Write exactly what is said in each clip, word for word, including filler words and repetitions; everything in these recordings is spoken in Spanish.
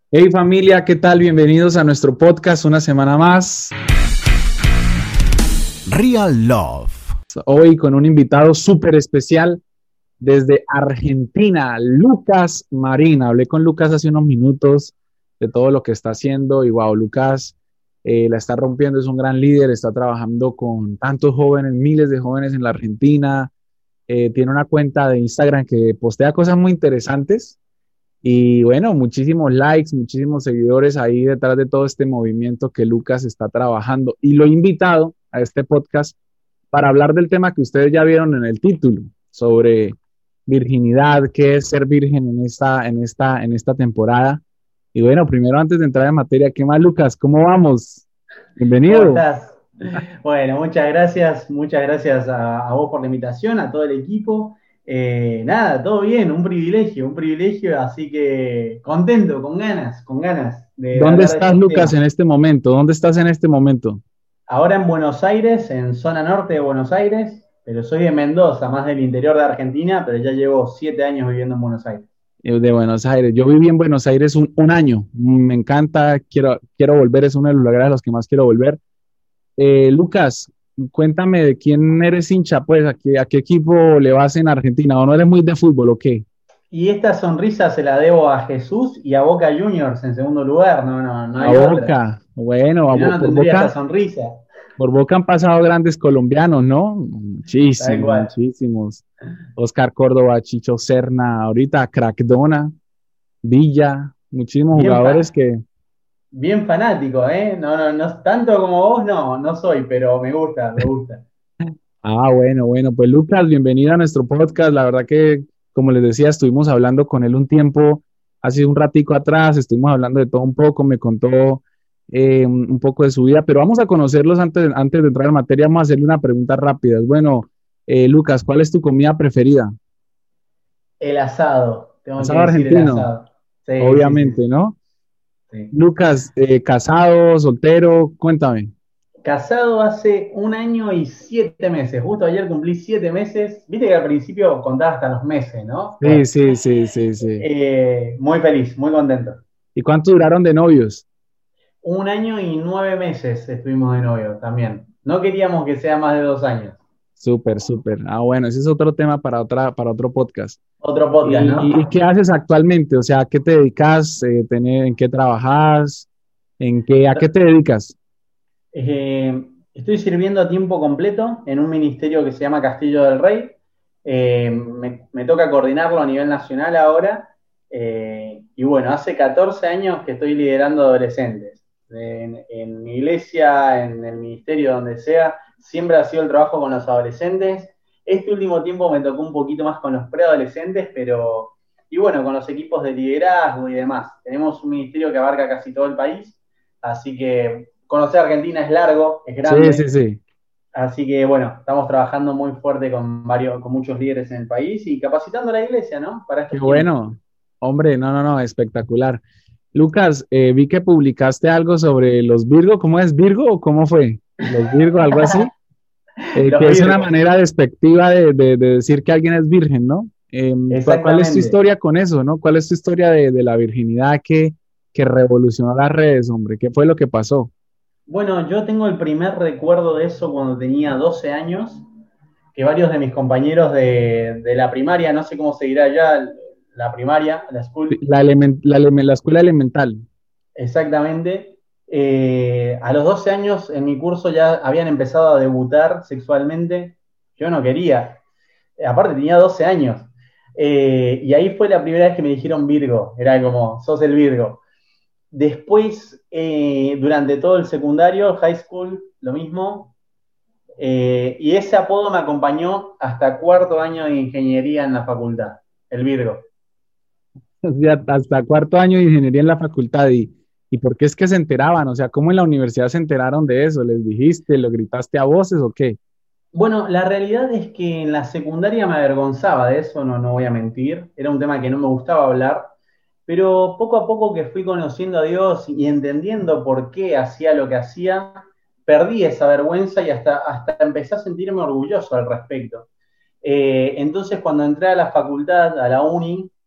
Hey familia, ¿qué tal? Bienvenidos a nuestro podcast una semana más. Real Love. Hoy con un invitado súper especial desde Argentina, Lucas Marín. Hablé con Lucas hace unos minutos de todo lo que está haciendo y wow, Lucas eh, la está rompiendo, es un gran líder, está trabajando con tantos jóvenes, miles de jóvenes en la Argentina. Eh, tiene una cuenta de Instagram que postea cosas muy interesantes. Y bueno, muchísimos likes, muchísimos seguidores ahí detrás de todo este movimiento que Lucas está trabajando. Y lo he invitado a este podcast para hablar del tema que ustedes ya vieron en el título, sobre virginidad, qué es ser virgen en esta, en esta, en esta temporada. Y bueno, primero antes de entrar en materia, ¿qué más, Lucas? ¿Cómo vamos? ¿Cómo Bienvenido. estás? Bueno, muchas gracias, muchas gracias a, a vos por la invitación, a todo el equipo. Eh, nada, todo bien, un privilegio, un privilegio, así que contento, con ganas, con ganas de, de ¿Dónde hablar de estás, estos Lucas, en temas. este momento? ¿Dónde estás en este momento? Ahora en Buenos Aires, en zona norte de Buenos Aires, pero soy de Mendoza, más del interior de Argentina, pero ya llevo siete años viviendo en Buenos Aires. Eh, De Buenos Aires. Yo viví en Buenos Aires un, un año. Me encanta, quiero, quiero volver, es uno de los lugares a los que más quiero volver. Eh, Lucas, cuéntame de quién eres hincha, pues, a qué, a qué equipo le vas en Argentina, o no eres muy de fútbol, o qué. Y esta sonrisa se la debo a Jesús y a Boca Juniors en segundo lugar, no, no, no A hay otra. Boca, bueno, a Si no, Bo- no por tendría esta Boca, sonrisa, por Boca han pasado grandes colombianos, ¿no? tal Muchísimos, cual. muchísimos. Oscar Córdoba, Chicho Serna, ahorita Crackdona, Villa, muchísimos Bien, jugadores fa- que, bien fanático, ¿eh? No, no, no, tanto como vos, no, no soy, pero me gusta, me gusta. ah, bueno, bueno, pues Lucas, bienvenido a nuestro podcast. La verdad que, como les decía, estuvimos hablando con él un tiempo, hace un ratico atrás, estuvimos hablando de todo un poco, me contó eh, un un poco de su vida, pero vamos a conocerlos antes, antes de entrar en materia, vamos a hacerle una pregunta rápida. Bueno, eh, Lucas, ¿cuál es tu comida preferida? El asado, tengo que Asado decir el argentino, asado. Sí, sí, sí, obviamente, ¿no? sí. Lucas, eh, casado, soltero, cuéntame. Casado hace un año y siete meses. Justo ayer cumplí siete meses. Viste que al principio contaba hasta los meses, ¿no? Sí, Bueno, sí, sí, sí, sí. eh, muy feliz, muy contento. ¿Y cuánto duraron de novios? Un año y nueve meses estuvimos de novio también. No queríamos que sea más de dos años. Súper, súper. Ah, bueno, ese es otro tema para otra, para otro podcast. Otro podcast, ¿Y, y- y ¿no? qué haces actualmente? O sea, ¿a qué te dedicas? Eh, tener, ¿en qué trabajas? ¿En qué, a qué te dedicas? Eh, estoy sirviendo a tiempo completo en un ministerio que se llama Castillo del Rey. Eh, me, me toca coordinarlo a nivel nacional ahora. Eh, y bueno, hace catorce años que estoy liderando adolescentes. En, en mi iglesia, en el ministerio, donde sea, siempre ha sido el trabajo con los adolescentes. Este último tiempo me tocó un poquito más con los preadolescentes, pero, y bueno, con los equipos de liderazgo y demás. Tenemos un ministerio que abarca casi todo el país, así que conocer Argentina es largo, es Sí, sí, grande, sí. así que bueno, estamos trabajando muy fuerte con varios, con muchos líderes en el país y capacitando a la iglesia, ¿no? Para Qué estos tiempos. bueno. Hombre, no, no, no, espectacular. Lucas, eh, vi que publicaste algo sobre los Virgo. ¿Cómo es Virgo o cómo fue? Los Virgo, algo así. Eh, Los que es una Virgos, manera despectiva de, de- de decir que alguien es virgen, ¿no? Eh, ¿cuál, cuál es tu exactamente. historia con eso, no? ¿Cuál es tu historia de, de la virginidad que, que revolucionó las redes, hombre? ¿Qué fue lo que pasó? Bueno, yo tengo el primer recuerdo de eso cuando tenía doce años, que varios de mis compañeros de, de la primaria, no sé cómo seguirá ya la primaria, la Sí, school, La, elemen- la, elemen- la escuela elemental. exactamente. Eh, a los doce años en mi curso ya habían empezado a debutar sexualmente. Yo no quería. Eh, aparte tenía doce años. Eh, y ahí fue la primera vez que me dijeron Virgo. Era como, sos el Virgo. Después, eh, durante todo el secundario, high school, lo mismo. Eh, y ese apodo me acompañó hasta cuarto año de ingeniería en la facultad, el Virgo. O sea, hasta cuarto año de ingeniería en la facultad. ¿Y, y por qué es que se enteraban? O sea, ¿cómo en la universidad se enteraron de eso? ¿Les dijiste, lo gritaste a voces o qué? Bueno, la realidad es que en la secundaria me avergonzaba de eso, no, no voy a mentir. Era un tema que no me gustaba hablar, pero poco a poco que fui conociendo a Dios y entendiendo por qué hacía lo que hacía, perdí esa vergüenza y hasta, hasta empecé a sentirme orgulloso al respecto. Eh, entonces, cuando entré a la facultad, a la uni,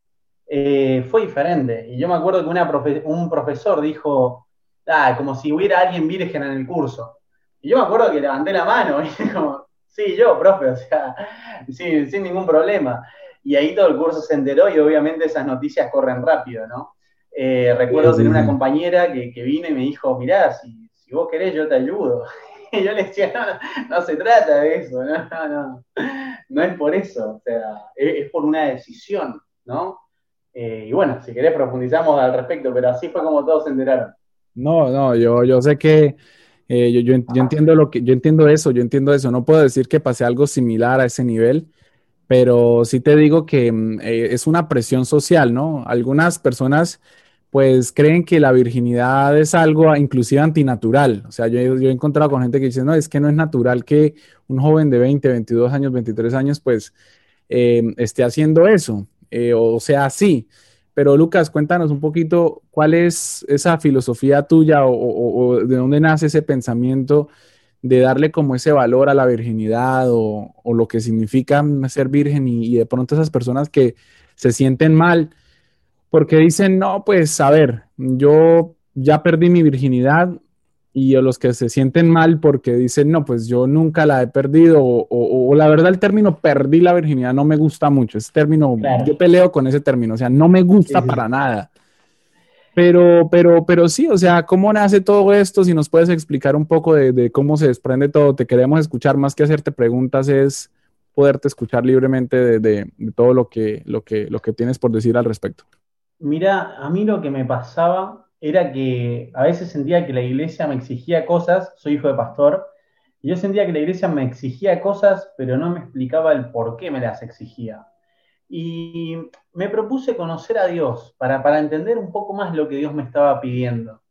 eh, fue diferente. Y yo me acuerdo que una profe un profesor dijo, ah, como si hubiera alguien virgen en el curso. Y yo me acuerdo que levanté la mano, y como, sí, yo, profe, o sea, sí, sin ningún problema. Y ahí todo el curso se enteró y obviamente esas noticias corren rápido, ¿no? Eh, Sí, recuerdo tener sí, una sí. compañera que, que vino y me dijo, mirá, si, si vos querés yo te ayudo. Y yo le decía, no, no se trata de eso, no, no, no, no es por eso, o sea, es, es por una decisión, ¿no? Eh, y bueno, si querés profundizamos al respecto, pero así fue como todos se enteraron. No, no, yo, yo sé que eh, yo, yo, en- yo entiendo lo que, yo entiendo eso, yo entiendo eso. No puedo decir que pasé algo similar a ese nivel, pero sí te digo que mm, eh, es una presión social, ¿no? Algunas personas pues creen que la virginidad es algo ah, inclusive antinatural. O sea, yo, he- yo he encontrado con gente que dice, no, es que no es natural que un joven de veinte, veintidós años, veintitrés años, pues eh, esté haciendo eso, eh, o sea así. Pero Lucas, cuéntanos un poquito cuál es esa filosofía tuya o, o- o de dónde nace ese pensamiento de darle como ese valor a la virginidad o, o lo que significa ser virgen y, y de pronto esas personas que se sienten mal porque dicen, no, pues a ver, yo ya perdí mi virginidad y a los que se sienten mal porque dicen, no, pues yo nunca la he perdido o, o- o la verdad el término perdí la virginidad no me gusta mucho, ese término, yo Claro, peleo con ese término, o sea, no me sí, gusta sí. para nada. Pero, pero, pero sí, o sea, ¿cómo nace todo esto? Si nos puedes explicar un poco de, de cómo se desprende todo, te queremos escuchar más que hacerte preguntas, es poderte escuchar libremente de, de- de todo lo que, lo que, lo que tienes por decir al respecto. Mira, a mí lo que me pasaba era que a veces sentía que la iglesia me exigía cosas, soy hijo de pastor, y yo sentía que la iglesia me exigía cosas, pero no me explicaba el por qué me las exigía. Y me propuse conocer a Dios para, para entender un poco más lo que Dios me estaba pidiendo.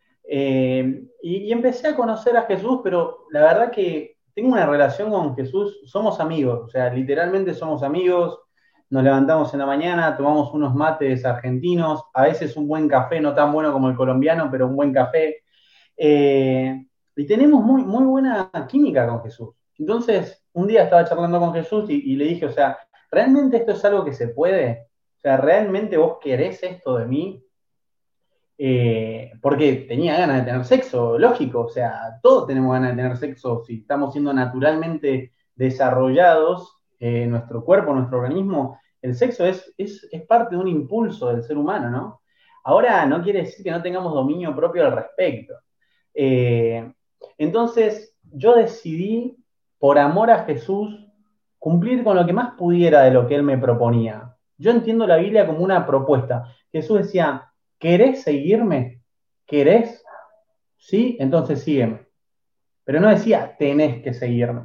Eh, y, y empecé a conocer a Jesús, pero la verdad que tengo una relación con Jesús, somos amigos, o sea, literalmente somos amigos, nos levantamos en la mañana, tomamos unos mates argentinos, a veces un buen café, no tan bueno como el colombiano, pero un buen café. Eh, y tenemos muy, muy buena química con Jesús. Entonces, un día estaba charlando con Jesús y, y le dije, o sea, ¿realmente esto es algo que se puede? O sea, ¿realmente vos querés esto de mí? Eh, porque tenía ganas de tener sexo, lógico, o sea, todos tenemos ganas de tener sexo si estamos siendo naturalmente desarrollados, eh, nuestro cuerpo, nuestro organismo, el sexo es, es, es parte de un impulso del ser humano, ¿no? Ahora no quiere decir que no tengamos dominio propio al respecto. Eh, entonces, yo decidí, por amor a Jesús, cumplir con lo que más pudiera de lo que él me proponía. Yo entiendo la Biblia como una propuesta. Jesús decía, ¿querés seguirme? ¿Querés? Sí, entonces sígueme. Pero no decía, tenés que seguirme.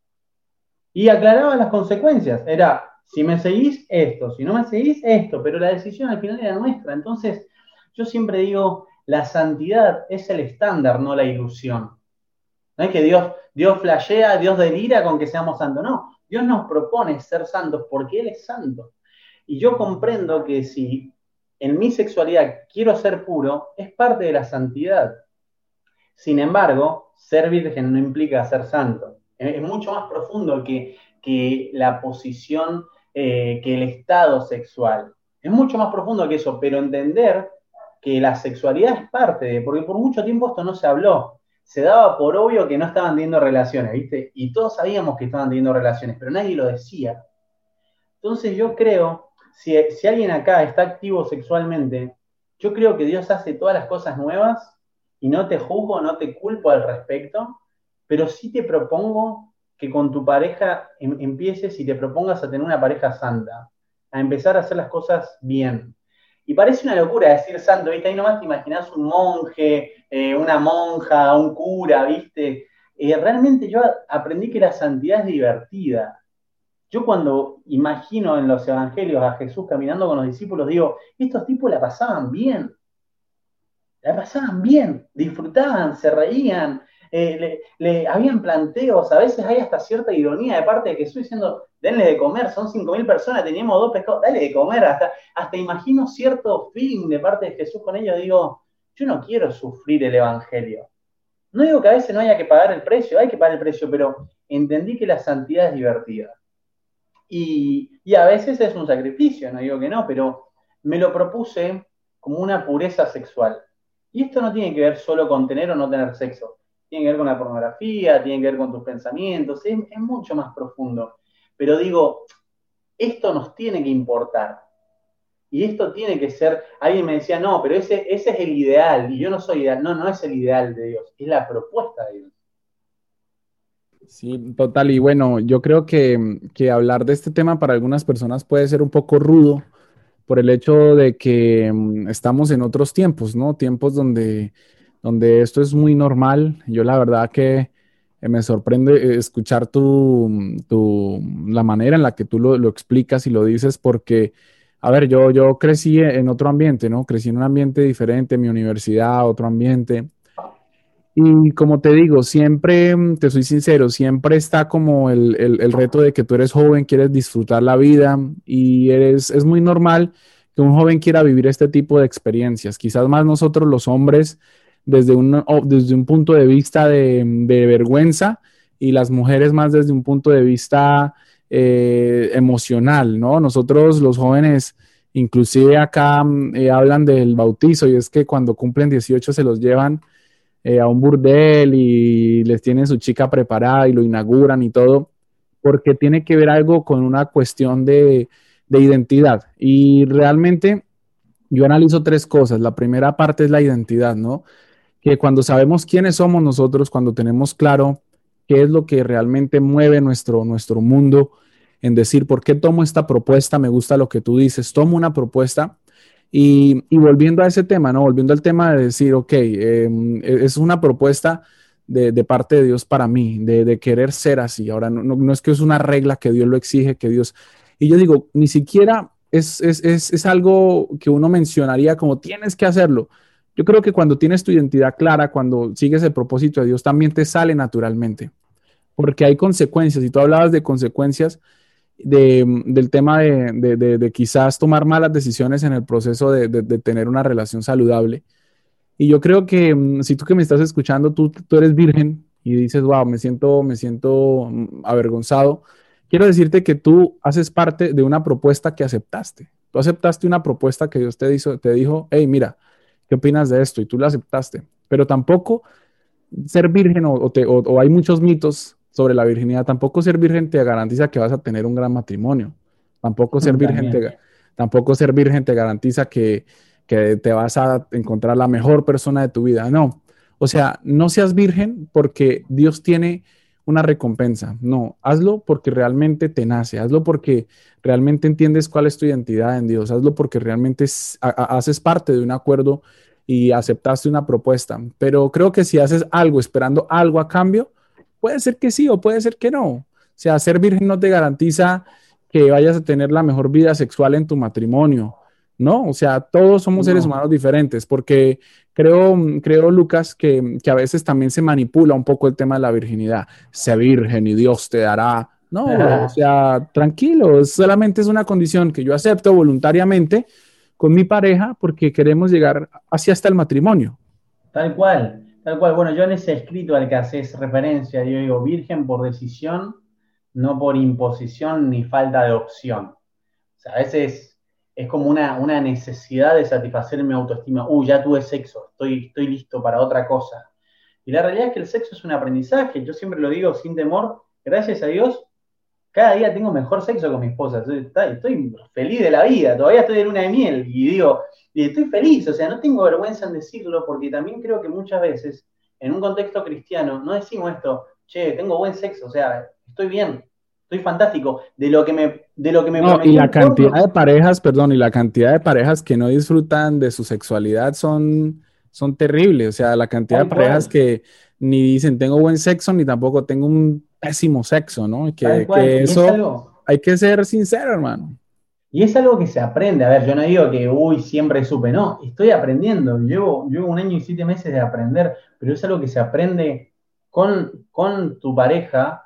Y aclaraba las consecuencias. Era, si me seguís, esto. Si no me seguís, esto. Pero la decisión al final era nuestra. Entonces, yo siempre digo, la santidad es el estándar, no la ilusión. No es que Dios, Dios flashea, Dios delira con que seamos santos. No, Dios nos propone ser santos porque Él es santo. Y yo comprendo que si en mi sexualidad quiero ser puro, es parte de la santidad. Sin embargo, ser virgen no implica ser santo. Es mucho más profundo que, que la posición, eh, que el estado sexual. Es mucho más profundo que eso, pero entender que la sexualidad es parte de, porque por mucho tiempo esto no se habló. Se daba por obvio que no estaban teniendo relaciones, ¿viste? Y todos sabíamos que estaban teniendo relaciones, pero nadie lo decía. Entonces yo creo, si, si alguien acá está activo sexualmente, yo creo que Dios hace todas las cosas nuevas y no te juzgo, no te culpo al respecto, pero sí te propongo que con tu pareja em, empieces y te propongas a tener una pareja santa, a empezar a hacer las cosas bien. Y parece una locura decir santo, ¿viste? Ahí nomás te imaginás un monje, eh, una monja, un cura, ¿viste? Eh, realmente yo aprendí que la santidad es divertida. Yo cuando imagino en los evangelios a Jesús caminando con los discípulos, digo, estos tipos la pasaban bien, la pasaban bien, disfrutaban, se reían, eh, le, le, habían planteos, a veces hay hasta cierta ironía de parte de Jesús diciendo, denle de comer, son cinco mil personas, teníamos dos pescados, dale de comer, hasta, hasta imagino cierto feeling de parte de Jesús con ellos, digo, yo no quiero sufrir el evangelio. No digo que a veces no haya que pagar el precio, hay que pagar el precio, pero entendí que la santidad es divertida. Y, y, a veces es un sacrificio, no digo que no, pero me lo propuse como una pureza sexual. Y esto no tiene que ver solo con tener o no tener sexo. Tiene que ver con la pornografía, tiene que ver con tus pensamientos, es, es mucho más profundo. Pero digo, esto nos tiene que importar. Y esto tiene que ser, alguien me decía, no, pero ese, ese es el ideal, y yo no soy ideal. No, no es el ideal de Dios, es la propuesta de Dios. Sí, total. Y bueno, yo creo que, que hablar de este tema para algunas personas puede ser un poco rudo por el hecho de que mm, estamos en otros tiempos, ¿no? Tiempos donde, donde esto es muy normal. Yo la verdad que eh, me sorprende eh, escuchar tu, mm, tu, la manera en la que tú lo, lo explicas y lo dices, porque, a ver, yo, yo crecí en otro ambiente, ¿no? Crecí en un ambiente diferente, mi universidad, otro ambiente. Y como te digo, siempre, mm, te soy sincero, siempre está como el, el- el reto de que tú eres joven, quieres disfrutar la vida y eres, es muy normal que un joven quiera vivir este tipo de experiencias. Quizás más nosotros los hombres desde un, o- desde un punto de vista de, de vergüenza y las mujeres más desde un punto de vista eh, emocional, ¿no? Nosotros los jóvenes, inclusive acá mm, eh, hablan del bautizo y es que cuando cumplen dieciocho se los llevan eh, a un burdel y les tienen su chica preparada y lo inauguran y todo, porque tiene que ver algo con una cuestión de, de identidad. Y realmente yo analizo tres cosas. La primera parte es la identidad, ¿no? Que cuando sabemos quiénes somos nosotros, cuando tenemos claro qué es lo que realmente mueve nuestro, nuestro mundo, en decir, ¿por qué tomo esta propuesta? Me gusta lo que tú dices, tomo una propuesta y, y volviendo a ese tema, ¿no? Volviendo al tema de decir, ok, eh, es una propuesta de, de, parte de Dios para mí, de, de querer ser así. Ahora, no, no, no, es que es una regla que Dios lo exige, que Dios... Y yo digo, ni siquiera es, es, es, es algo que uno mencionaría como tienes que hacerlo. Yo creo que cuando tienes tu identidad clara, cuando sigues el propósito de Dios, también te sale naturalmente, porque hay consecuencias. Y tú hablabas de consecuencias de, del tema de, de, de, de, quizás tomar malas decisiones en el proceso de, de, de tener una relación saludable. Y yo creo que um, si tú que me estás escuchando, tú, tú eres virgen y dices, wow, me siento, me siento um, avergonzado. Quiero decirte que tú haces parte de una propuesta que aceptaste. Tú aceptaste una propuesta que Dios te, hizo, te dijo, hey, mira, ¿qué opinas de esto? Y tú la aceptaste. Pero tampoco ser virgen o, o, te, o, o hay muchos mitos sobre la virginidad, tampoco ser virgen te garantiza que vas a tener un gran matrimonio. Tampoco ser virgen También. te, tampoco ser virgen te garantiza que, que te vas a encontrar la mejor persona de tu vida. No. O sea, no seas virgen porque Dios tiene una recompensa. No, hazlo porque realmente te nace, hazlo porque realmente entiendes cuál es tu identidad en Dios, hazlo porque realmente es, a, a, haces parte de un acuerdo y aceptaste una propuesta. Pero creo que si haces algo esperando algo a cambio, puede ser que sí o puede ser que no. O sea, ser virgen no te garantiza que vayas a tener la mejor vida sexual en tu matrimonio, ¿no? O sea, todos somos seres No. humanos diferentes, porque creo, creo Lucas, que, que a veces también se manipula un poco el tema de la virginidad. Sé virgen y Dios te dará. No, bro, o sea, tranquilo, solamente es una condición que yo acepto voluntariamente con mi pareja porque queremos llegar hacia hasta el matrimonio. Tal cual, tal cual. Bueno, yo en ese escrito al que haces referencia, yo digo virgen por decisión, no por imposición ni falta de opción. O sea, a veces es como una, una necesidad de satisfacer mi autoestima. Uh, ya tuve sexo, estoy, estoy listo para otra cosa. Y la realidad es que el sexo es un aprendizaje. Yo siempre lo digo sin temor. Gracias a Dios, cada día tengo mejor sexo con mi esposa. Estoy, estoy feliz de la vida, todavía estoy de luna de miel y digo, y estoy feliz, o sea, no tengo vergüenza en decirlo porque también creo que muchas veces en un contexto cristiano no decimos esto, che, tengo buen sexo, o sea, estoy bien, estoy fantástico, de lo que me, de lo que me No, y prometió la el cantidad de porno. parejas, perdón, y la cantidad de parejas que no disfrutan de su sexualidad son, son terribles. O sea, la cantidad de Tal parejas cual, que ni dicen tengo buen sexo, ni tampoco tengo un pésimo sexo, ¿no? Y tal que, cual, que y es eso algo, hay que ser sincero, hermano. y es algo que se aprende. A ver, yo no digo que, uy, siempre supe, no, estoy aprendiendo. Llevo, llevo un año y siete meses de aprender, pero es algo que se aprende con, con tu pareja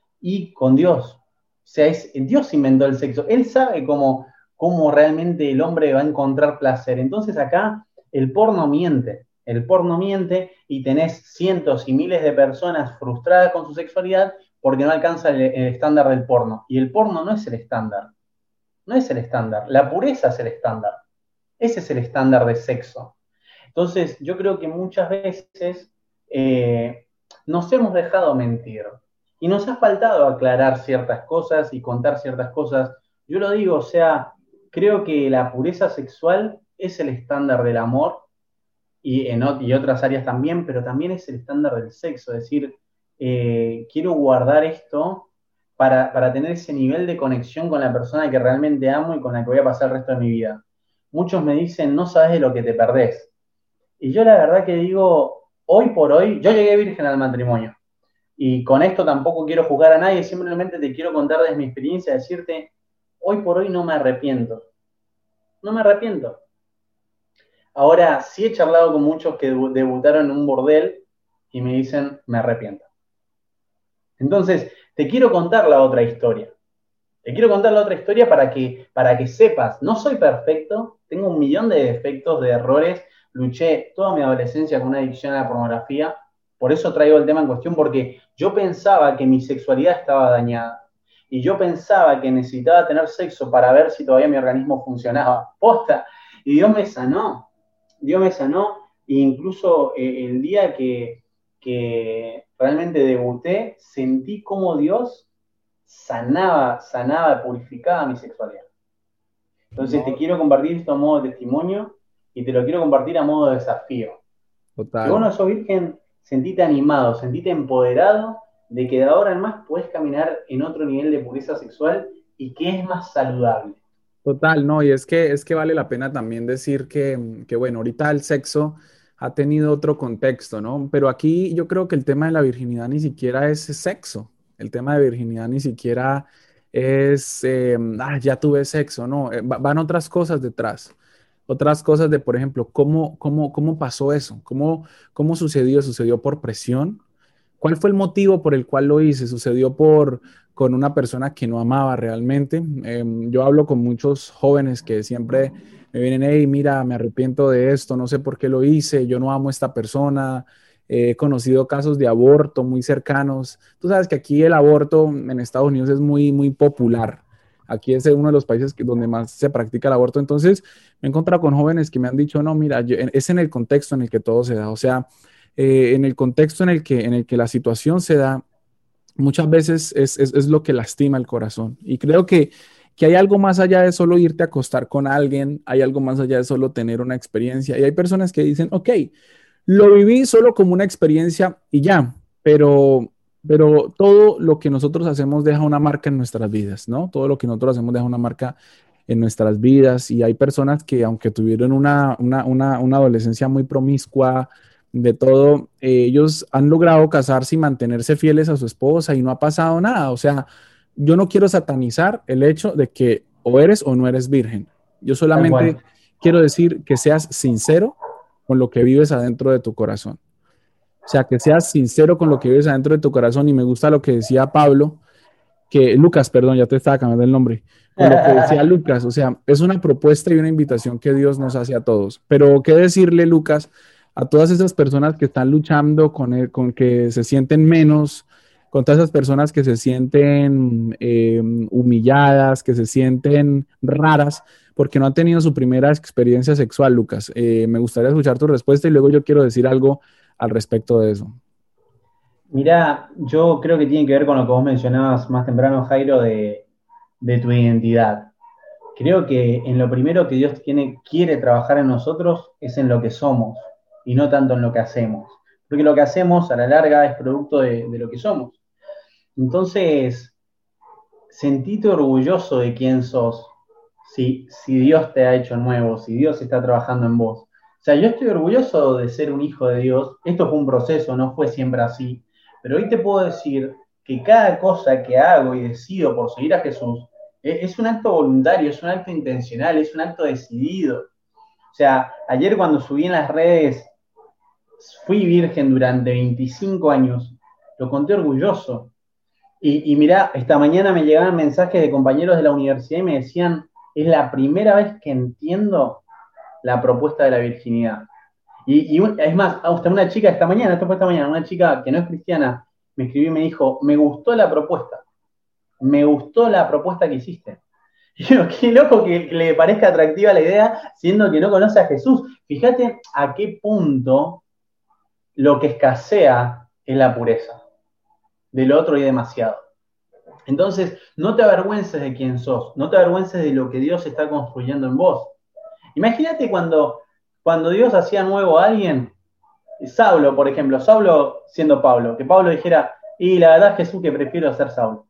y con Dios. O sea, es, Dios inventó el sexo. Él sabe cómo, cómo realmente el hombre va a encontrar placer. Entonces acá el porno miente. El porno miente y tenés cientos y miles de personas frustradas con su sexualidad porque no alcanza el, el estándar del porno. Y el porno no es el estándar. No es el estándar. La pureza es el estándar. Ese es el estándar de sexo. Entonces, yo creo que muchas veces eh, nos hemos dejado mentir y nos ha faltado aclarar ciertas cosas y contar ciertas cosas. Yo lo digo, o sea, creo que la pureza sexual es el estándar del amor y en y otras áreas también, pero también es el estándar del sexo. Es decir, eh, quiero guardar esto para, para tener ese nivel de conexión con la persona que realmente amo y con la que voy a pasar el resto de mi vida. Muchos me dicen, no sabes de lo que te perdés. Y yo la verdad que digo, hoy por hoy, yo llegué virgen al matrimonio. Y con esto tampoco quiero juzgar a nadie, simplemente te quiero contar desde mi experiencia, decirte, hoy por hoy no me arrepiento. No me arrepiento. Ahora, sí he charlado con muchos que debutaron en un bordel y me dicen, me arrepiento. Entonces, te quiero contar la otra historia. Te quiero contar la otra historia para que, para que sepas, no soy perfecto, tengo un millón de defectos, de errores, luché toda mi adolescencia con una adicción a la pornografía, por eso traigo el tema en cuestión, porque yo pensaba que mi sexualidad estaba dañada, y yo pensaba que necesitaba tener sexo para ver si todavía mi organismo funcionaba, posta, y Dios me sanó, Dios me sanó, e incluso eh, el día que, que realmente debuté, sentí como Dios sanaba, sanaba, purificaba mi sexualidad. Entonces no. Te quiero compartir esto a modo de testimonio y te lo quiero compartir a modo de desafío. Total. Si vos no sos virgen, sentite animado, sentite empoderado de que de ahora en más podés caminar en otro nivel de pureza sexual y que es más saludable. Total, no, y es que, es que vale la pena también decir que, que, bueno, ahorita el sexo ha tenido otro contexto, ¿no? Pero aquí yo creo que el tema de la virginidad ni siquiera es sexo. El tema de virginidad ni siquiera es, eh, ah, ya tuve sexo, no, eh, van otras cosas detrás. Otras cosas de, por ejemplo, ¿cómo, cómo, cómo pasó eso? ¿Cómo, cómo sucedió? ¿Sucedió por presión? ¿Cuál fue el motivo por el cual lo hice? ¿Sucedió por con una persona que no amaba realmente? Eh, yo hablo con muchos jóvenes que siempre me vienen, hey, mira, me arrepiento de esto, no sé por qué lo hice, yo no amo a esta persona. Eh, he conocido casos de aborto muy cercanos. Tú sabes que aquí el aborto en Estados Unidos es muy, muy popular. Aquí es uno de los países que, donde más se practica el aborto. Entonces, me he encontrado con jóvenes que me han dicho, no, mira, yo, es en el contexto en el que todo se da. O sea, eh, en el contexto en el que, en el que la situación se da, muchas veces es, es, es lo que lastima el corazón. Y creo que, que hay algo más allá de solo irte a acostar con alguien, hay algo más allá de solo tener una experiencia. Y hay personas que dicen, ok, lo viví solo como una experiencia y ya, pero, pero todo lo que nosotros hacemos deja una marca en nuestras vidas, ¿no? Todo lo que nosotros hacemos deja una marca en nuestras vidas y hay personas que aunque tuvieron una, una, una, una adolescencia muy promiscua, de todo, eh, ellos han logrado casarse y mantenerse fieles a su esposa y no ha pasado nada. O sea, yo no quiero satanizar el hecho de que o eres o no eres virgen. Yo solamente quiero decir que seas sincero con lo que vives adentro de tu corazón. O sea, que seas sincero con lo que vives adentro de tu corazón. Y me gusta lo que decía Pablo, que Lucas, perdón, ya te estaba cambiando el nombre, con lo que decía Lucas. O sea, es una propuesta y una invitación que Dios nos hace a todos. Pero, ¿qué decirle, Lucas, a todas esas personas que están luchando con, el, con que se sienten menos, con todas esas personas que se sienten eh, humilladas, que se sienten raras, porque no han tenido su primera experiencia sexual, Lucas? Eh, me gustaría escuchar tu respuesta y luego yo quiero decir algo al respecto de eso. Mirá, yo creo que tiene que ver con lo que vos mencionabas más temprano, Jairo, de, de tu identidad. Creo que en lo primero que Dios tiene, quiere trabajar en nosotros es en lo que somos y no tanto en lo que hacemos. Porque lo que hacemos a la larga es producto de, de lo que somos. Entonces, sentite orgulloso de quién sos, si, si Dios te ha hecho nuevo, si Dios está trabajando en vos. O sea, yo estoy orgulloso de ser un hijo de Dios. Esto fue un proceso, no fue siempre así. Pero hoy te puedo decir que cada cosa que hago y decido por seguir a Jesús es un acto voluntario, es un acto intencional, es un acto decidido. O sea, ayer cuando subí en las redes, fui virgen durante veinticinco años, lo conté orgulloso. Y, y mirá, esta mañana me llegaban mensajes de compañeros de la universidad y me decían, es la primera vez que entiendo la propuesta de la virginidad. Y, y es más, hasta una chica esta mañana, esto fue esta mañana, una chica que no es cristiana, me escribió y me dijo, me gustó la propuesta, me gustó la propuesta que hiciste. Y digo, qué loco que, que le parezca atractiva la idea, siendo que no conoce a Jesús. Fíjate a qué punto lo que escasea es la pureza. Del otro hay demasiado. Entonces, no te avergüences de quién sos, no te avergüences de lo que Dios está construyendo en vos. Imagínate cuando, cuando Dios hacía nuevo a alguien, Saulo, por ejemplo, Saulo siendo Pablo, que Pablo dijera, y la verdad Jesús que prefiero ser Saulo.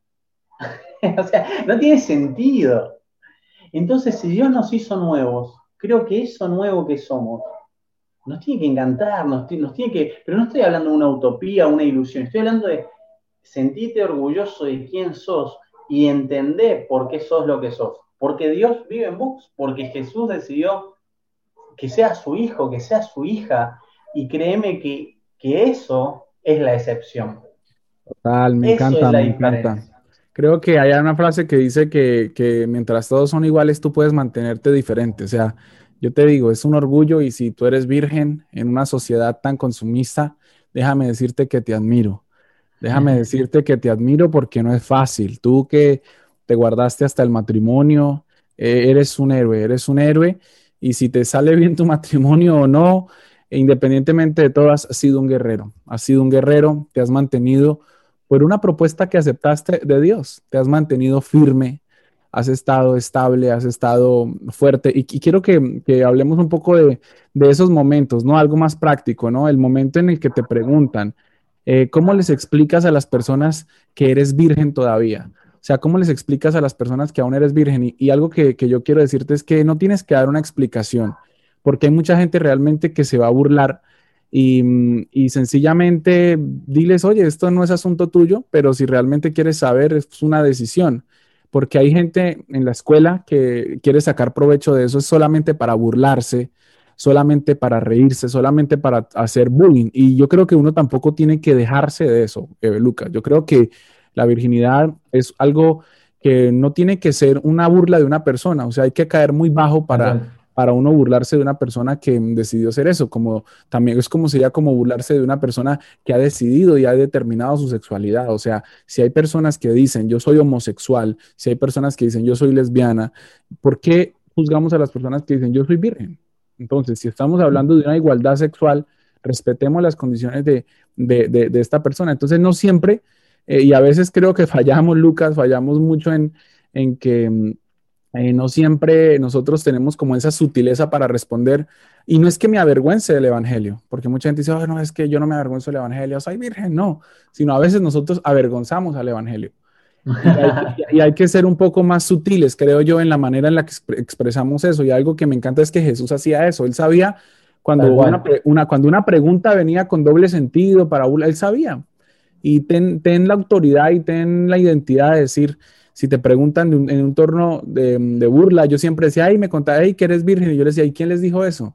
O sea, no tiene sentido. Entonces, si Dios nos hizo nuevos, creo que eso nuevo que somos, nos tiene que encantar, nos, nos tiene que, pero no estoy hablando de una utopía, una ilusión, estoy hablando de sentirte orgulloso de quién sos y entender por qué sos lo que sos. Porque Dios vive en vos, porque Jesús decidió que sea su hijo, que sea su hija, y créeme que, que eso es la excepción. Total, me Eso es encanta, la me encanta. diferencia. Creo que hay una frase que dice que, que mientras todos son iguales, tú puedes mantenerte diferente. O sea, yo te digo, es un orgullo y si tú eres virgen en una sociedad tan consumista, déjame decirte que te admiro. Déjame decirte que te admiro porque no es fácil. Tú que te guardaste hasta el matrimonio, eh, eres un héroe, eres un héroe. Y si te sale bien tu matrimonio o no, e independientemente de todo, has sido un guerrero. Has sido un guerrero, te has mantenido por una propuesta que aceptaste de Dios. Te has mantenido firme, has estado estable, has estado fuerte. Y, y quiero que, que hablemos un poco de, de esos momentos, ¿no? Algo más práctico, ¿no? El momento en el que te preguntan. Eh, ¿cómo les explicas a las personas que eres virgen todavía? O sea, ¿cómo les explicas a las personas que aún eres virgen? Y, y algo que, que yo quiero decirte es que no tienes que dar una explicación, porque hay mucha gente realmente que se va a burlar y, mm, y sencillamente diles, oye, esto no es asunto tuyo, pero si realmente quieres saber, es una decisión. Porque hay gente en la escuela que quiere sacar provecho de eso es solamente para burlarse, solamente para reírse, solamente para hacer bullying. Y yo creo que uno tampoco tiene que dejarse de eso, eh, Lucas. Yo creo que la virginidad es algo que no tiene que ser una burla de una persona. O sea, hay que caer muy bajo Tal para, cual. para uno burlarse de una persona que decidió ser eso. Como también es como sería como burlarse de una persona que ha decidido y ha determinado su sexualidad. O sea, si hay personas que dicen yo soy homosexual, si hay personas que dicen yo soy lesbiana, ¿por qué juzgamos a las personas que dicen yo soy virgen? Entonces, si estamos hablando de una igualdad sexual, respetemos las condiciones de, de, de, de esta persona. Entonces, no siempre, eh, y a veces creo que fallamos, Lucas, fallamos mucho en, en que mm, eh, no siempre nosotros tenemos como esa sutileza para responder. Y no es que me avergüence del Evangelio, porque mucha gente dice, oh, no, es que yo no me avergüenzo del Evangelio, soy virgen, no, sino a veces nosotros avergonzamos al Evangelio. Y hay, y hay que ser un poco más sutiles, creo yo, en la manera en la que expre- expresamos eso. Y algo que me encanta es que Jesús hacía eso. Él sabía cuando Tal una, cual. pre- una- cuando una pregunta venía con doble sentido para burla, él sabía. Y ten, ten la autoridad y ten la identidad de decir, si te preguntan de un- en un torno de, de burla, yo siempre decía, ay, me contaba, hey, que eres virgen. Y yo le decía, ¿y quién les dijo eso?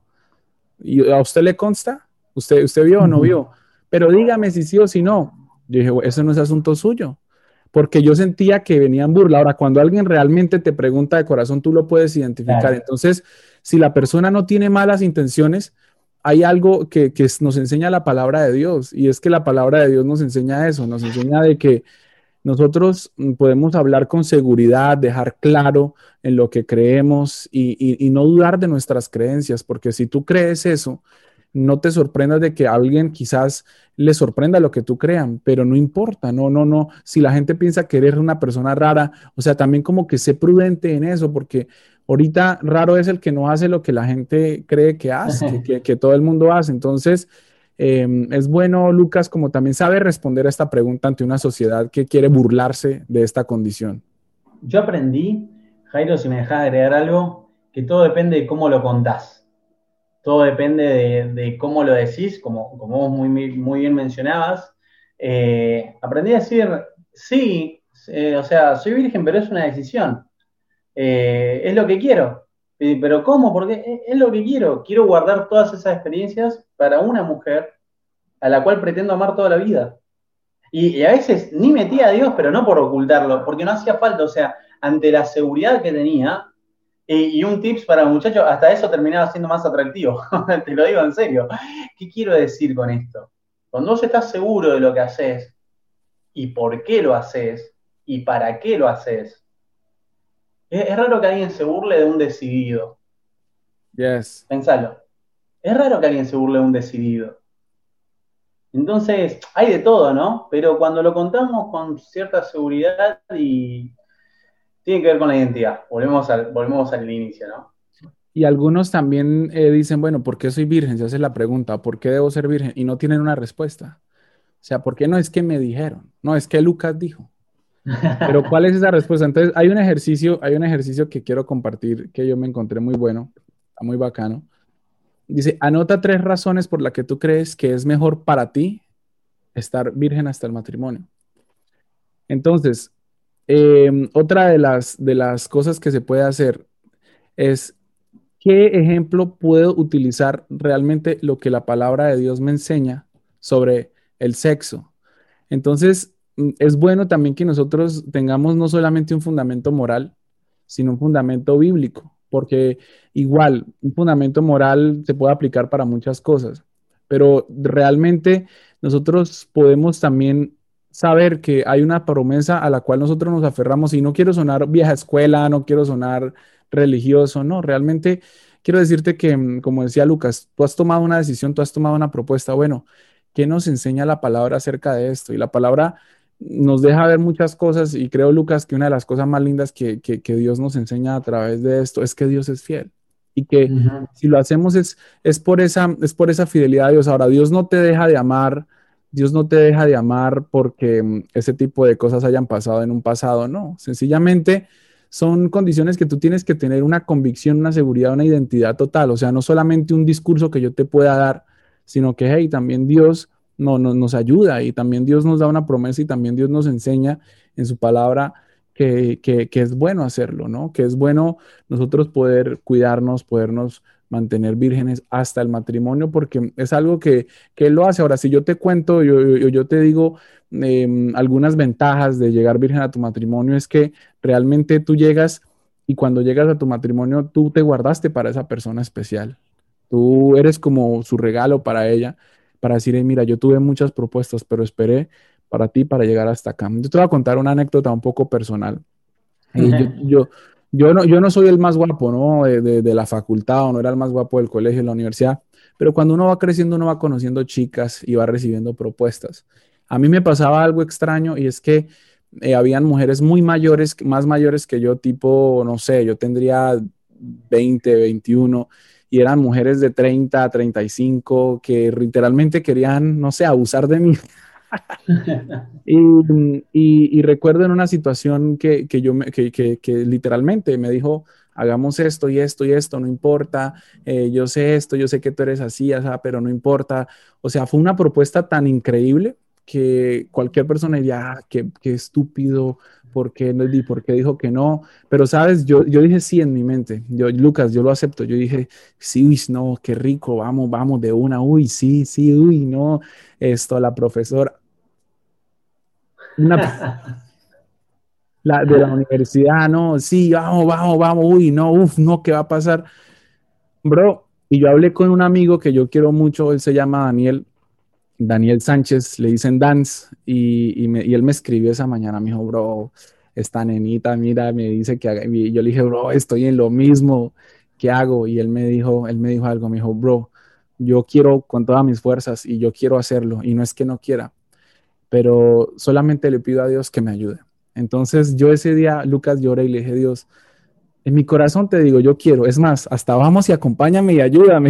¿Y a usted le consta? ¿Usted, usted vio o no vio? Pero dígame si sí o si no. Yo dije, eso no es asunto suyo, porque yo sentía que venían burla. Ahora, cuando alguien realmente te pregunta de corazón, tú lo puedes identificar. Claro. Entonces, si la persona no tiene malas intenciones, hay algo que, que nos enseña la palabra de Dios, y es que la palabra de Dios nos enseña eso, nos enseña de que nosotros mm, podemos hablar con seguridad, dejar claro en lo que creemos y, y- y no dudar de nuestras creencias, porque si tú crees eso, no te sorprendas de que a alguien quizás le sorprenda lo que tú crean, pero no importa, no, no, no. Si la gente piensa que eres una persona rara, o sea, también como que sé prudente en eso, porque ahorita raro es el que no hace lo que la gente cree que hace, que, que- que todo el mundo hace. Entonces, eh, es bueno, Lucas, como también sabe responder a esta pregunta ante una sociedad que quiere burlarse de esta condición. Yo aprendí, Jairo, si me dejas agregar algo, que todo depende de cómo lo contás. Todo depende de, de cómo lo decís, como, como vos muy, muy bien mencionabas. Eh, aprendí a decir, sí, eh, o sea, soy virgen, pero es una decisión. Eh, es lo que quiero. Eh, pero ¿cómo? Porque es, es lo que quiero. Quiero guardar todas esas experiencias para una mujer a la cual pretendo amar toda la vida. Y, y a veces ni metía a Dios, pero no por ocultarlo, porque no hacía falta. O sea, ante la seguridad que tenía, y, y un tips para muchachos, hasta eso terminaba siendo más atractivo. Te lo digo en serio. ¿Qué quiero decir con esto? Cuando vos estás seguro de lo que haces y por qué lo haces y para qué lo haces, Es, es raro que alguien se burle de un decidido. Yes. Pensalo. Es raro que alguien se burle de un decidido. Entonces, hay de todo, ¿no? Pero cuando lo contamos con cierta seguridad y tiene que ver con la identidad. Volvemos al, volvemos al inicio, ¿no? Y algunos también eh, dicen, bueno, ¿por qué soy virgen? Se hace la pregunta, ¿por qué debo ser virgen? Y no tienen una respuesta. O sea, ¿por qué no es que me dijeron? No, es que Lucas dijo. Pero ¿cuál es esa respuesta? Entonces, hay un ejercicio, hay un ejercicio que quiero compartir que yo me encontré muy bueno, está muy bacano. Dice, anota tres razones por las que tú crees que es mejor para ti estar virgen hasta el matrimonio. Entonces, eh, otra de las, de las cosas que se puede hacer es, ¿qué ejemplo puedo utilizar realmente lo que la palabra de Dios me enseña sobre el sexo? Entonces, mm, es bueno también que nosotros tengamos no solamente un fundamento moral, sino un fundamento bíblico, porque igual un fundamento moral se puede aplicar para muchas cosas, pero realmente nosotros podemos también saber que hay una promesa a la cual nosotros nos aferramos y no quiero sonar vieja escuela, no quiero sonar religioso, no, realmente quiero decirte que, mm, como decía Lucas, tú has tomado una decisión, tú has tomado una propuesta, bueno, ¿qué nos enseña la palabra acerca de esto? Y la palabra nos deja ver muchas cosas y creo, Lucas, que una de las cosas más lindas que, que, que Dios nos enseña a través de esto es que Dios es fiel y que Ujú. si lo hacemos es, es, por esa, es por esa fidelidad a Dios. Ahora, Dios no te deja de amar, Dios no te deja de amar porque mm, ese tipo de cosas hayan pasado en un pasado, no, sencillamente son condiciones que tú tienes que tener una convicción, una seguridad, una identidad total, o sea, no solamente un discurso que yo te pueda dar, sino que, hey, también Dios no, no, nos ayuda y también Dios nos da una promesa y también Dios nos enseña en su palabra que, que, que es bueno hacerlo, ¿no? Que es bueno nosotros poder cuidarnos, podernos mantener vírgenes hasta el matrimonio, porque es algo que, que Él lo hace. Ahora, si yo te cuento, yo, yo, yo te digo eh, algunas ventajas de llegar virgen a tu matrimonio, es que realmente tú llegas y cuando llegas a tu matrimonio, tú te guardaste para esa persona especial. Tú eres como su regalo para ella, para decir, mira, yo tuve muchas propuestas, pero esperé para ti para llegar hasta acá. Yo te voy a contar una anécdota un poco personal. Eh, yo, yo, yo, no, yo no soy el más guapo, ¿no? De, de, de la facultad o no era el más guapo del colegio, de la universidad, pero cuando uno va creciendo, uno va conociendo chicas y va recibiendo propuestas. A mí me pasaba algo extraño y es que eh, habían mujeres muy mayores, más mayores que yo, tipo, no sé, yo tendría veinte, veintiuno, y eran mujeres de treinta, treinta y cinco que literalmente querían, no sé, abusar de mí. Y, y, y recuerdo en una situación que, que yo me, que, que, que literalmente me dijo, hagamos esto y esto y esto, no importa, eh, yo sé esto, yo sé que tú eres así, así, pero no importa. O sea, fue una propuesta tan increíble que cualquier persona diría, ah, qué, qué estúpido, ¿por qué, no, di- por qué dijo que no? Pero, ¿sabes? Yo, yo dije sí en mi mente, yo, Lucas, yo lo acepto, yo dije, sí, uy, no, qué rico, vamos, vamos de una, uy, sí, sí, uy, no, esto, la profesora. Una, la, de la universidad, no, sí, vamos, vamos, vamos, uy, no, uff, no, ¿qué va a pasar? Bro, y yo hablé con un amigo que yo quiero mucho, él se llama Daniel, Daniel Sánchez, le dicen Dance, y, y, me, y él me escribió esa mañana, me dijo, bro, esta nenita, mira, me dice que haga, y yo le dije, bro, estoy en lo mismo, ¿qué hago? Y él me dijo, él me dijo algo, me dijo, bro, yo quiero con todas mis fuerzas y yo quiero hacerlo, y no es que no quiera, pero solamente le pido a Dios que me ayude. Entonces yo ese día, Lucas, lloré y le dije, Dios, en mi corazón te digo, yo quiero, es más, hasta vamos y acompáñame y ayúdame.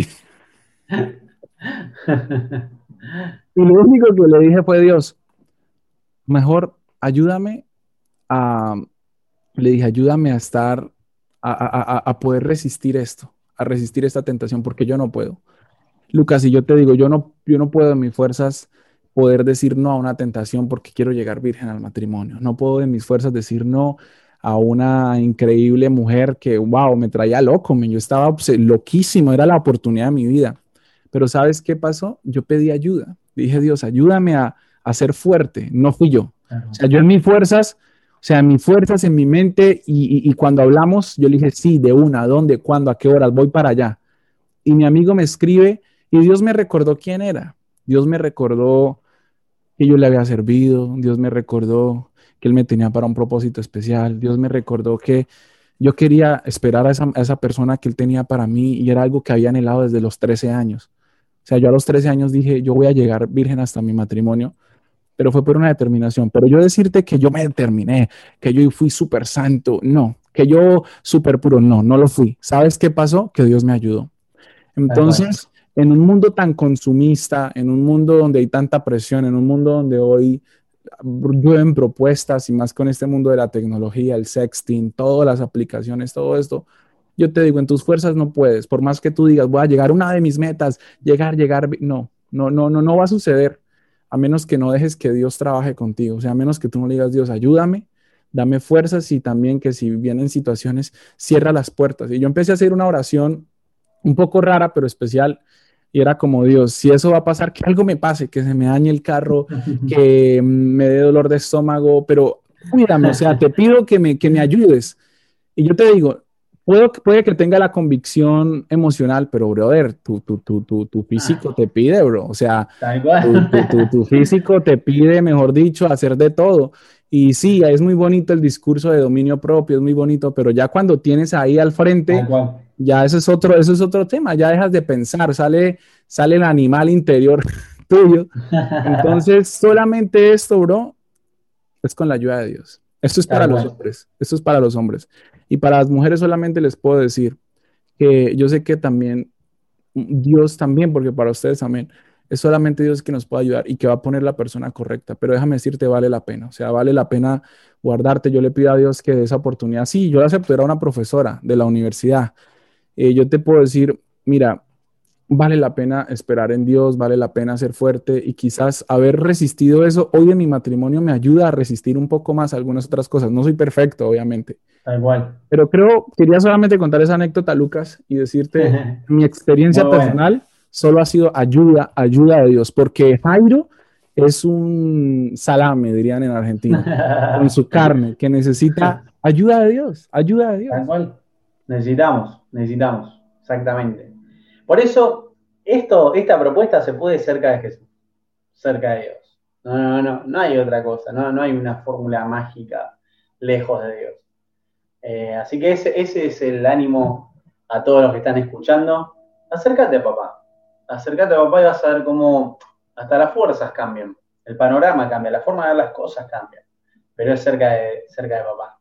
Y lo único que le dije fue, Dios, mejor ayúdame a, le dije, ayúdame a estar, a, a, a, a poder resistir esto, a resistir esta tentación, porque yo no puedo. Lucas, y yo te digo, yo no, yo no puedo en mis fuerzas poder decir no a una tentación porque quiero llegar virgen al matrimonio. No puedo en mis fuerzas decir no a una increíble mujer que, wow, me traía loco, man. Yo estaba obse- loquísimo, era la oportunidad de mi vida. Pero ¿sabes qué pasó? Yo pedí ayuda. Dije, Dios, ayúdame a, a ser fuerte. No fui yo. O Claro. sea, yo en mis fuerzas, o sea, en mis fuerzas, en mi mente, y, y, y cuando hablamos, yo le dije, sí, de una, ¿dónde, cuándo, a qué horas, voy para allá. Y mi amigo me escribe y Dios me recordó quién era. Dios me recordó que yo le había servido. Dios me recordó que Él me tenía para un propósito especial. Dios me recordó que, Yo quería esperar a esa, a esa persona que él tenía para mí y era algo que había anhelado desde los trece años. O sea, yo a los trece años dije, yo voy a llegar virgen hasta mi matrimonio, pero fue por una determinación. Pero yo decirte que yo me determiné, que yo fui súper santo, no, que yo súper puro, no, no lo fui. ¿Sabes qué pasó? Que Dios me ayudó. Tal cual. Entonces, en un mundo tan consumista, en un mundo donde hay tanta presión, en un mundo donde hoy llueven propuestas y más con este mundo de la tecnología, el sexting, todas las aplicaciones, todo esto, yo te digo, en tus fuerzas no puedes, por más que tú digas, voy a llegar a una de mis metas, llegar, llegar, no, no, no, no, no va a suceder, a menos que no dejes que Dios trabaje contigo, o sea, a menos que tú no le digas, Dios, ayúdame, dame fuerzas y también que si vienen situaciones, cierra las puertas. Y yo empecé a hacer una oración un poco rara, pero especial. Y era como, Dios, si eso va a pasar, que algo me pase, que se me dañe el carro, que me dé dolor de estómago, pero cuídame, o sea, te pido que me, que me ayudes. Y yo te digo, puedo, puede que tenga la convicción emocional, pero, brother, tu, tu, tu, tu, tu físico te pide, bro. O sea, Tal tu, tu, tu, cual. tu físico te pide, mejor dicho, hacer de todo. Y sí, es muy bonito el discurso de dominio propio, es muy bonito, pero ya cuando tienes ahí al Tal frente, cual. ya ese es otro, eso es otro tema, ya dejas de pensar, sale, sale el animal interior tuyo. Entonces, solamente esto, bro, es con la ayuda de Dios. Esto es para Tal los cual. hombres, esto es para los hombres. Y para las mujeres solamente les puedo decir que yo sé que también Dios también, porque para ustedes también, es solamente Dios que nos puede ayudar y que va a poner la persona correcta. Pero déjame decirte, vale la pena. O sea, vale la pena guardarte. Yo le pido a Dios que dé esa oportunidad. Sí, yo la acepto, era una profesora de la universidad. Eh, yo te puedo decir, mira, vale la pena esperar en Dios, vale la pena ser fuerte y quizás haber resistido eso hoy en mi matrimonio me ayuda a resistir un poco más algunas otras cosas. No soy perfecto, obviamente, Tal cual. pero creo, quería solamente contar esa anécdota, Lucas, y decirte, mi Muy experiencia bueno. personal solo ha sido ayuda, ayuda de Dios, porque Jairo es un salame, dirían en Argentina, con su carne, que necesita ayuda de Dios, ayuda de Tal Dios. cual. Necesitamos, necesitamos, exactamente. Por eso, esto, esta propuesta se puede cerca de Jesús, cerca de Dios. No, no, no, no hay otra cosa, no, no hay una fórmula mágica lejos de Dios. Eh, así que ese, ese es el ánimo a todos los que están escuchando. Acércate a papá, acércate a papá y vas a ver cómo hasta las fuerzas cambian, el panorama cambia, la forma de ver las cosas cambia, pero es cerca de, cerca de papá.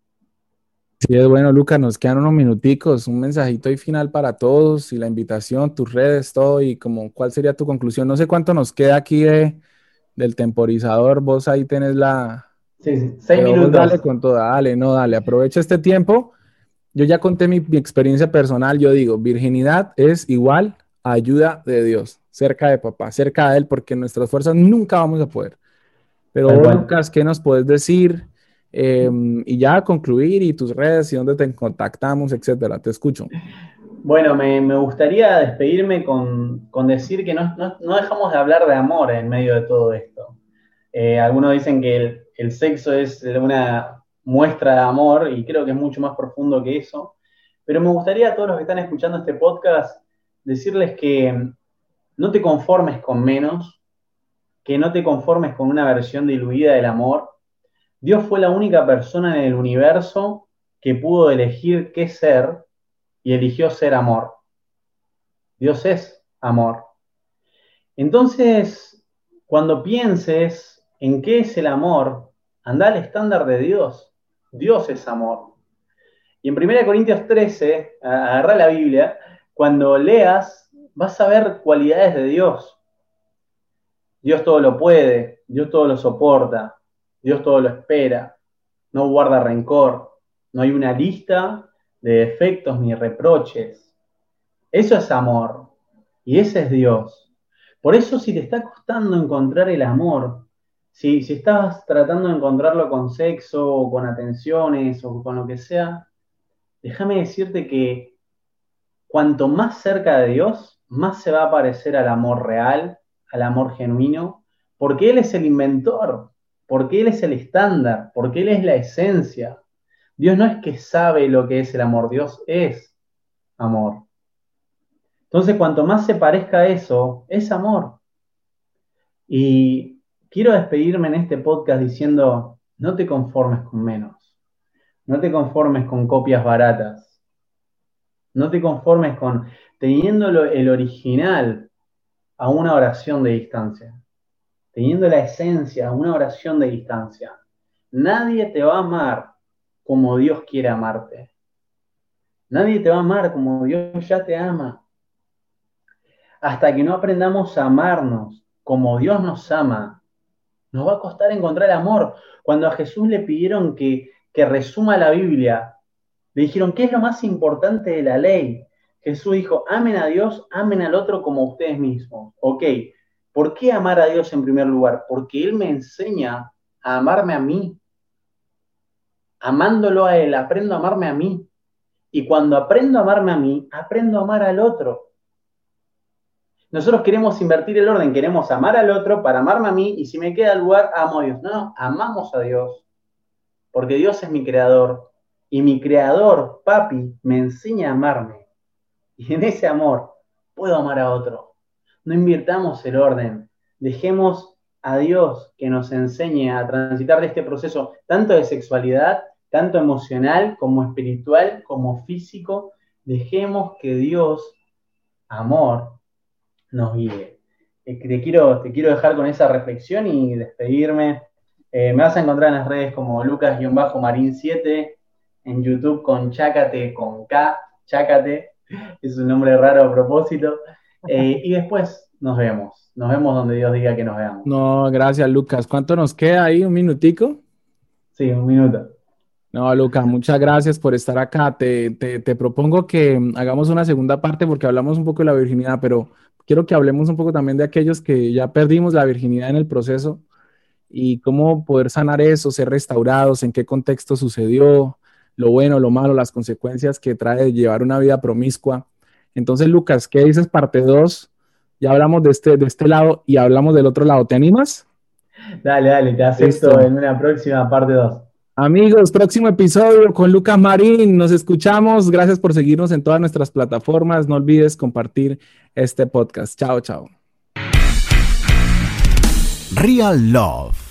Sí, es bueno, Lucas, nos quedan unos minuticos, un mensajito ahí final para todos y la invitación, tus redes, todo y como cuál sería tu conclusión. No sé cuánto nos queda aquí de, del temporizador, vos ahí tenés la, Sí, sí, seis pero vos dale minutos. con toda, dale, no, dale, aprovecha este tiempo. Yo ya conté mi, mi experiencia personal, yo digo, virginidad es igual a ayuda de Dios, cerca de papá, cerca de Él, porque en nuestras fuerzas nunca vamos a poder. Pero Tal vos, cual. Lucas, ¿qué nos puedes decir? Eh, y ya concluir y tus redes y dónde te contactamos, etcétera. Te escucho. Bueno, me, me gustaría despedirme con, con decir que no, no, no dejamos de hablar de amor en medio de todo esto. Eh, algunos dicen que el, el sexo es una muestra de amor y creo que es mucho más profundo que eso. Pero me gustaría a todos los que están escuchando este podcast decirles que no te conformes con menos, que no te conformes con una versión diluida del amor. Dios fue la única persona en el universo que pudo elegir qué ser y eligió ser amor. Dios es amor. Entonces, cuando pienses en qué es el amor, anda al estándar de Dios. Dios es amor. Y en primera Corintios trece, agarra la Biblia, cuando leas, vas a ver cualidades de Dios. Dios todo lo puede, Dios todo lo soporta, Dios todo lo espera, no guarda rencor, no hay una lista de defectos ni reproches. Eso es amor y ese es Dios. Por eso si te está costando encontrar el amor, si, si estás tratando de encontrarlo con sexo o con atenciones o con lo que sea, déjame decirte que cuanto más cerca de Dios, más se va a parecer al amor real, al amor genuino, porque Él es el inventor, porque Él es el estándar, porque Él es la esencia. Dios no es que sabe lo que es el amor, Dios es amor. Entonces, cuanto más se parezca a eso, es amor. Y quiero despedirme en este podcast diciendo, no te conformes con menos. No te conformes con copias baratas. No te conformes con teniendo el original a una oración de distancia. Teniendo la esencia a una oración de distancia. Nadie te va a amar como Dios quiere amarte. Nadie te va a amar como Dios ya te ama. Hasta que no aprendamos a amarnos como Dios nos ama, nos va a costar encontrar amor. Cuando a Jesús le pidieron que, que resuma la Biblia, le dijeron, ¿qué es lo más importante de la ley? Jesús dijo, amen a Dios, amen al otro como ustedes mismos. Ok, ¿por qué amar a Dios en primer lugar? Porque Él me enseña a amarme a mí. Amándolo a Él, aprendo a amarme a mí. Y cuando aprendo a amarme a mí, aprendo a amar al otro. Nosotros queremos invertir el orden, queremos amar al otro para amarme a mí, y si me queda lugar, amo a Dios. No, no, amamos a Dios, porque Dios es mi creador, y mi creador, papi, me enseña a amarme. Y en ese amor puedo amar a otro. No invirtamos el orden, dejemos a Dios que nos enseñe a transitar de este proceso, tanto de sexualidad, tanto emocional, como espiritual, como físico. Dejemos que Dios, amor, nos guíe. Eh, te, quiero, te quiero dejar con esa reflexión y despedirme. Eh, me vas a encontrar en las redes como Lucas-Marín siete, en YouTube con Chácate, con K, Chácate, es un nombre raro a propósito. Eh, y después nos vemos, nos vemos donde Dios diga que nos veamos. No, gracias, Lucas. ¿Cuánto nos queda ahí? ¿Un minutico? Sí, un minuto. No, Lucas, muchas gracias por estar acá. Te, te, te propongo que hagamos una segunda parte porque hablamos un poco de la virginidad, pero quiero que hablemos un poco también de aquellos que ya perdimos la virginidad en el proceso y cómo poder sanar eso, ser restaurados, en qué contexto sucedió, lo bueno, lo malo, las consecuencias que trae llevar una vida promiscua. Entonces, Lucas, ¿qué dices parte dos? Ya hablamos de este, de este lado y hablamos del otro lado. ¿Te animas? Dale, dale, te acepto. Listo. En una próxima parte dos. Amigos, próximo episodio con Lucas Marín. Nos escuchamos. Gracias por seguirnos en todas nuestras plataformas. No olvides compartir este podcast. Chao, chao. Real Love